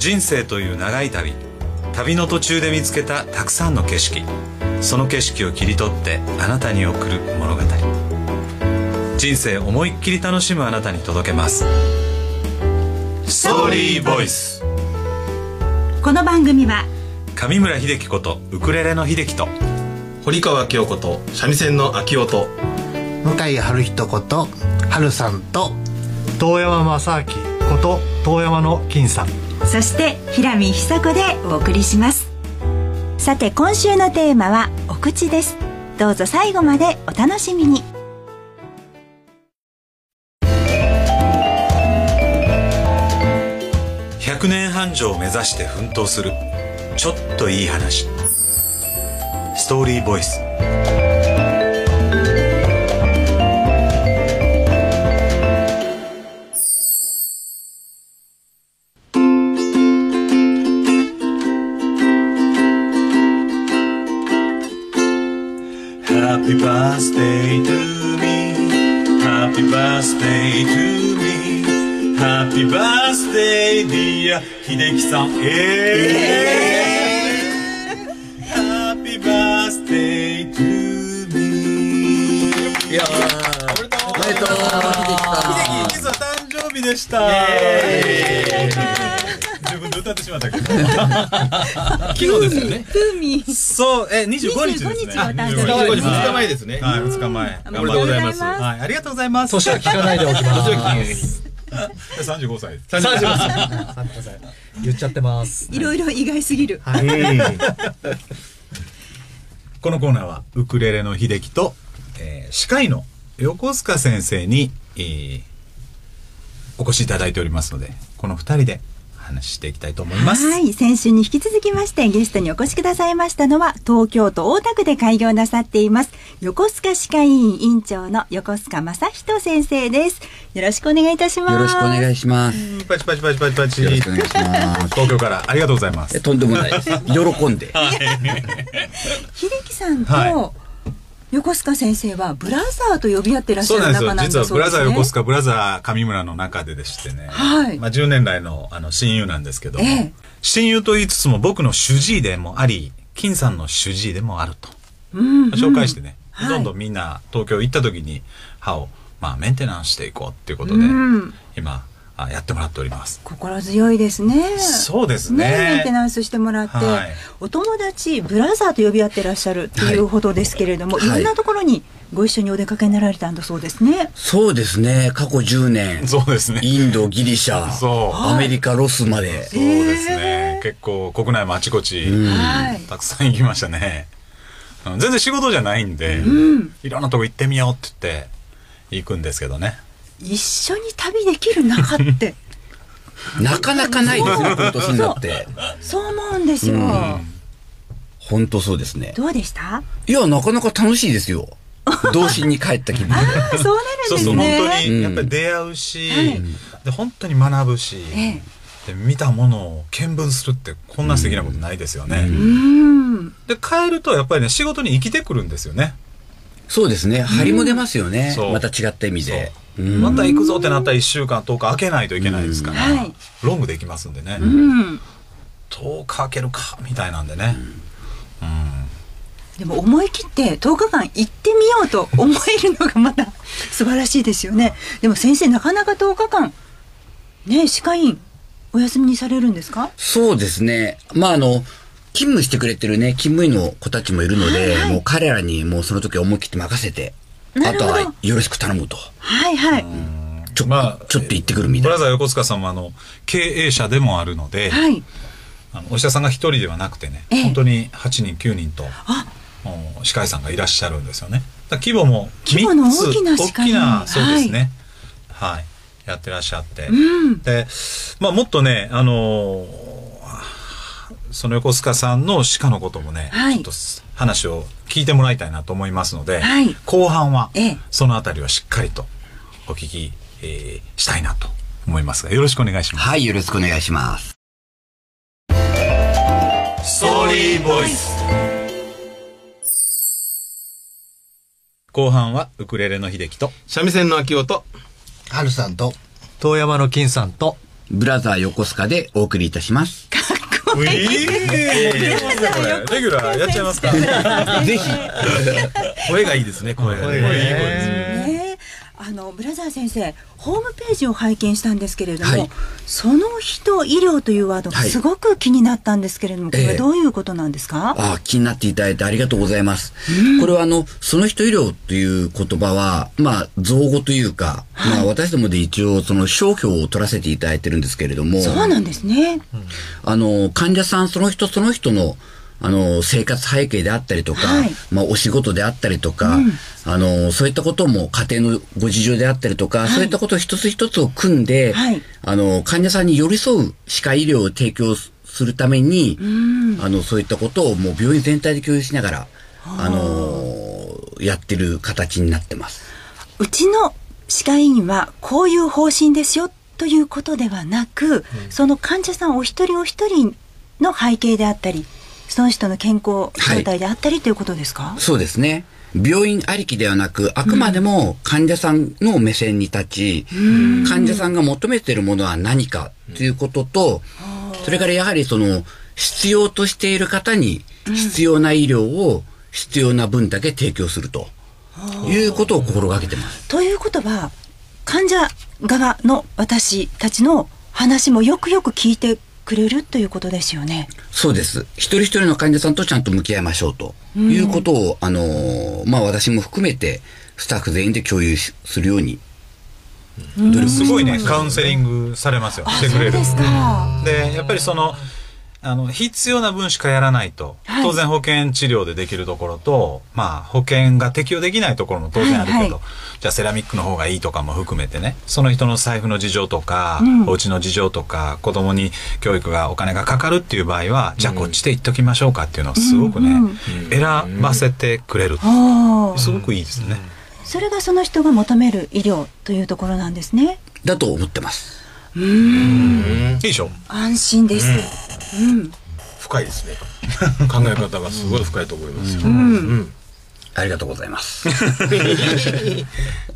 人生という長い旅の途中で見つけたたくさんの景色、その景色を切り取ってあなたに送る物語。人生思いっきり楽しむあなたに届けます。ストーリーボイス。 この番組は上村秀樹ことウクレレの秀樹と堀川清子と三味線の秋音、 向井春人こと春さんと遠山正明こと遠山の金さん、 そして平見久子でお送りします。さて今週のテーマはお口です。どうぞ最後までお楽しみに。 100年繁盛を目指して奮闘するちょっといい話。ストーリーボイス。Happy birthday to me, happy birthday to me, happy birthday dear 秀樹さん。Happy birthday to me。 いやー、おめでとう。秀樹実は誕生日でした。自分で歌ってしまったけど昨日ですよね。 ふみ。 そう、25日ですね。 2日前ですね。 はい、2日前。 おめでとうございます。 はい、ありがとうございます。 年は聞かないでおきます。 35歳です。 35歳。言っちゃってます。 いろいろ意外すぎる。 はい。 このコーナーはウクレレの秀樹と、歯科医の横須賀先生に、お越しいただいておりますので、この2人で話していきたいと思います。 はい、先週に引き続きましてゲストにお越しくださいましたのは東京都大田区で開業なさっています横須賀歯科医院院長の横須賀正人先生です。よろしくお願いいたします。 よろしくお願いします。 パチパチパチパチパチ。 よろしくお願いします。 東京からありがとうございます。 とんでもないです。喜んで。 秀樹さんと、 はい、 横須賀先生はブラザーと呼び合ってらっしゃる仲なんだそうですね。 実はブラザー横須賀、ブラザー上村の中ででしてね、 はい、 10年来の親友なんですけども、親友と言いつつも僕の主治医でもあり金さんの主治医でもあると、紹介してね、どんどんみんな東京行った時に歯を、メンテナンスしていこうっていうことで、今やってもらっております。 心強いですね。 そうですね。 メンテナンスしてもらって、はい、お友達ブラザーと呼び合ってらっしゃるっていうほどですけれども、いろんなところにご一緒にお出かけになられたんだそうですね。 そうですね。過去10年。 そうですね。 インド、ギリシャ、アメリカ、ロスまで。 そうですね。結構国内もあちこち、たくさん行きましたね。全然仕事じゃないんで、いろんなとこ行ってみようって言って行くんですけどね。 一緒に旅できる仲ってなかなかないですよ、今年になって。 そう思うんですよ。 本当そうですね。 どうでした？ いや、なかなか楽しいですよ。童心に帰った気分で。 そうなるんですね。 そうそう、本当にやっぱり出会うし、で本当に学ぶし、で見たものを見聞するってこんな素敵なことないですよね。で帰るとやっぱりね、仕事に生きてくるんですよね。 そうですね。張りも出ますよね。また違った意味で。 また行くぞってなったら1週間10日空けないといけないですから、ロングで行きますんでね、10日空けるかみたいなんでね、 でも思い切って10日間行ってみようと思えるのがまた素晴らしいですよね。でも先生、なかなか10日間ね、歯科医院お休みにされるんですか？ そうですね。勤務してくれてるね、勤務医の子たちもいるので、もう彼らにもうその時思い切って任せて、あとはよろしく頼むと。 はいはい。 ちょっと行ってくるみたいな。 ブラザー横須賀さんは経営者でもあるので、お医者さんが一人ではなくてね、本当に8人9人と歯科医さんがいらっしゃるんですよね。規模も3つ、 規模の大きな歯科医、 そうですね、はい、やってらっしゃって、で、もっとね、その横須賀さんの歯科のこともね、ちょっと話を聞いてもらいたいなと思いますので、後半はそのあたりをしっかりとお聞き、したいなと思いますが、よろしくお願いします。 はい、よろしくお願いします。 ストーリーボイス。後半はウクレレの秀樹と三味線の秋音と春さんと遠山の金さんとブラザー横須賀でお送りいたします。 レギュラーやっちゃいますか。 ぜひ。 声がいいですね、声がね。 ブラザー先生、ホームページを拝見したんですけれども、その人医療というワードがすごく気になったんですけれども、これはどういうことなんですか？ 気になっていただいてありがとうございます。これはその人医療という言葉は、造語というか、私どもで一応その商標を取らせていただいてるんですけれども。 そうなんですね。 患者さんその人その人の生活背景であったりとか、お仕事であったりとか、そういったことも家庭のご事情であったりとか、そういったことを一つ一つを組んで、患者さんに寄り添う歯科医療を提供するために、そういったことをもう病院全体で共有しながら、やってる形になってます。 うちの歯科医院はこういう方針ですよということではなく、その患者さんお一人お一人の背景であったり、その人の健康状態であったりということですか？ そうですね。病院ありきではなく、あくまでも患者さんの目線に立ち、患者さんが求めているものは何かということと、それからやはり必要としている方に必要な医療を必要な分だけ提供するということを心がけてます。 ということは、患者側の私たちの話もよくよく聞いてくれるということですよね。 そうです。一人一人の患者さんとちゃんと向き合いましょうということを、私も含めてスタッフ全員で共有するように努力してます。 すごいね、カウンセリングされますよ。してくれる。 そうですか。 で、やっぱり必要な分しかやらないと、当然保険治療でできるところと、保険が適用できないところも当然あるけど、じゃあセラミックの方がいいとかも含めてね、その人の財布の事情とか、お家の事情とか、子供に教育がお金がかかるっていう場合は、じゃあこっちで言っときましょうかっていうのをすごくね、選ばせてくれる。すごくいいですね。 それがその人が求める医療というところなんですね。 だと思ってます。 いいでしょ。 安心です。 深いですね。考え方がすごい深いと思いますよ。 ありがとうございます。 8020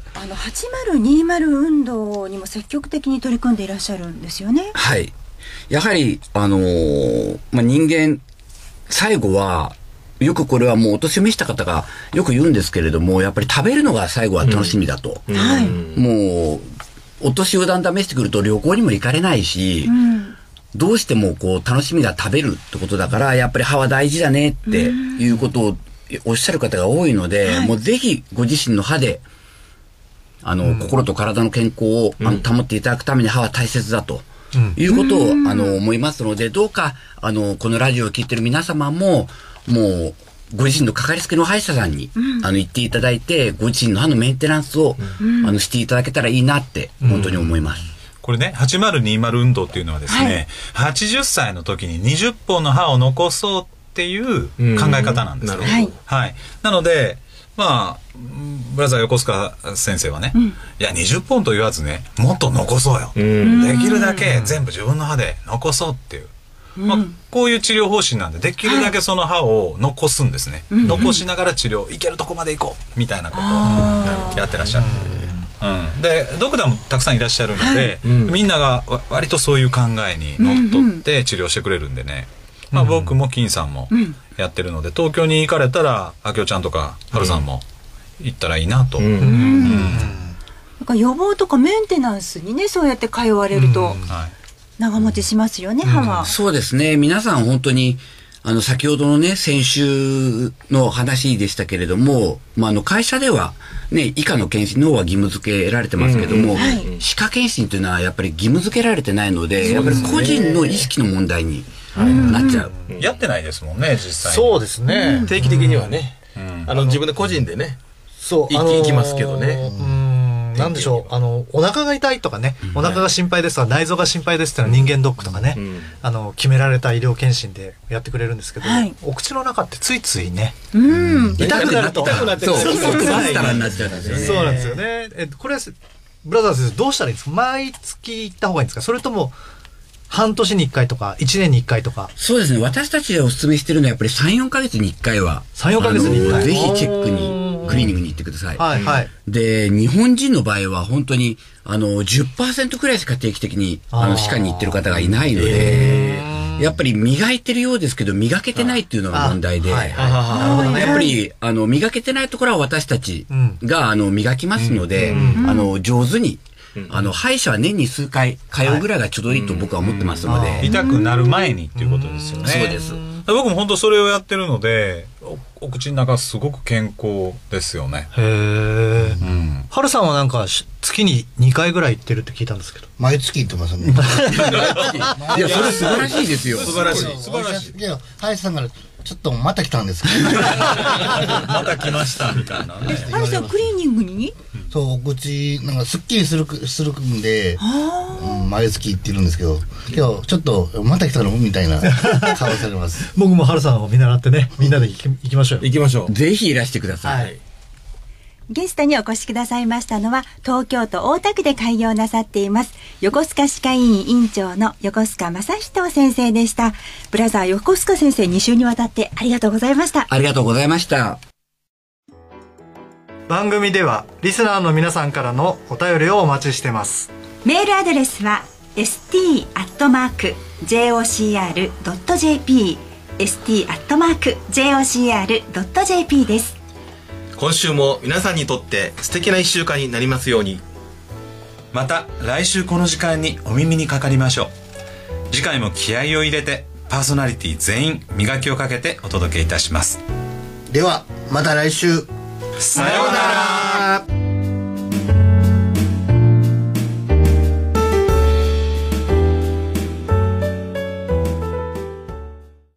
運動にも積極的に取り組んでいらっしゃるんですよね。 はい。やはり人間最後はよくこれはもうお年を召した方がよく言うんですけれども、やっぱり食べるのが最後は楽しみだと。もうお年をだんだん召してくると旅行にも行かれないし、どうしても楽しみが食べるってことだから、やっぱり歯は大事だねっていうことをおっしゃる方が多いので、もうぜひご自身の歯で心と体の健康を保っていただくために歯は大切だということを思いますので、どうかこのラジオを聞いてる皆様ももうご自身のかかりつけの歯医者さんに行っていただいて、ご自身の歯のメンテナンスをしていただけたらいいなって本当に思います。 これね、8020運動っていうのはですね、80歳の時に20本の歯を残そうっていう考え方なんですね。なので、ブラザー横須賀先生はね、いや20本と言わずね、もっと残そうよ。できるだけ全部自分の歯で残そうっていう。こういう治療方針なんで、できるだけその歯を残すんですね。残しながら治療、いけるとこまで行こうみたいなことをやってらっしゃる。でドクターもたくさんいらっしゃるので、みんなが割とそういう考えにのっとって治療してくれるんでね、僕も金さんもやってるので、東京に行かれたらあきおちゃんとかはるさんも行ったらいいなと。 予防とかメンテナンスにね、そうやって通われると長持ちしますよね、歯は。 そうですね。皆さん本当に先ほどのね、先週の話でしたけれども、会社ではね、以下の検診の方は義務付けられてますけども、歯科検診というのはやっぱり義務付けられてないので、やっぱり個人の意識の問題になっちゃう。 やってないですもんね、実際に。 そうですね。定期的にはね、自分で個人でね、行きますけどね。 なんでしょう、お腹が痛いとかね、お腹が心配ですとか、内臓が心配ですっていうのは人間ドックとかね、決められた医療検診でやってくれるんですけど、お口の中ってついついね、痛くなると。 そうなんですよね。これ、ブラザー先生どうしたらいいんですか？毎月行った方がいいんですか？それとも、半年に1回とか、1年に1回とか。 そうですね。私たちがお勧めしてるのはやっぱり3、4ヶ月に1回は。 3、4ヶ月に1回。 ぜひチェックに、クリーニングに行ってくください。 はいはい。 で、日本人の場合は本当に、10% くらいしか定期的に、歯科に行ってる方がいないので、やっぱり磨いてるようですけど、磨けてないっていうのが問題で、やっぱり、磨けてないところは私たちが、磨きますので、上手に、歯医者は年に数回通うぐらいがちょうどいいと僕は思ってますので。 痛くなる前にっていうことですよね。 そうです。 僕も本当それをやってるので、お口の中すごく健康ですよね。 へえ。はるさんはなんか月に2回ぐらい行ってるって聞いたんですけど。 毎月行ってますね。 いや、それ素晴らしいですよ。 素晴らしい。素晴らしい。 いや、歯医者さんからちょっとまた来たんですけど。 また来ましたみたいなね。 はるさんクリーニングに？ そう、お口なんかすっきりするんで、毎月行ってるんですけど、今日ちょっとまた来たのみたいな顔されます。 僕もはるさんを見習ってね、みんなで行きましょうよ。 行きましょう。 ぜひいらしてください。 ゲストにお越しくださいましたのは、東京都大田区で開業なさっています、横須賀歯科医院院長の横須賀正人先生でした。ブラザー横須賀先生、2週にわたってありがとうございました。 ありがとうございました。 番組ではリスナーの皆さんからのお便りをお待ちしてます。 メールアドレスは st@jocr.jp st@jocr.jp です。 今週も皆さんにとって素敵な1週間になりますように。 また来週この時間にお耳にかかりましょう。次回も気合を入れてパーソナリティ全員磨きをかけてお届けいたします。 ではまた来週。 さようなら。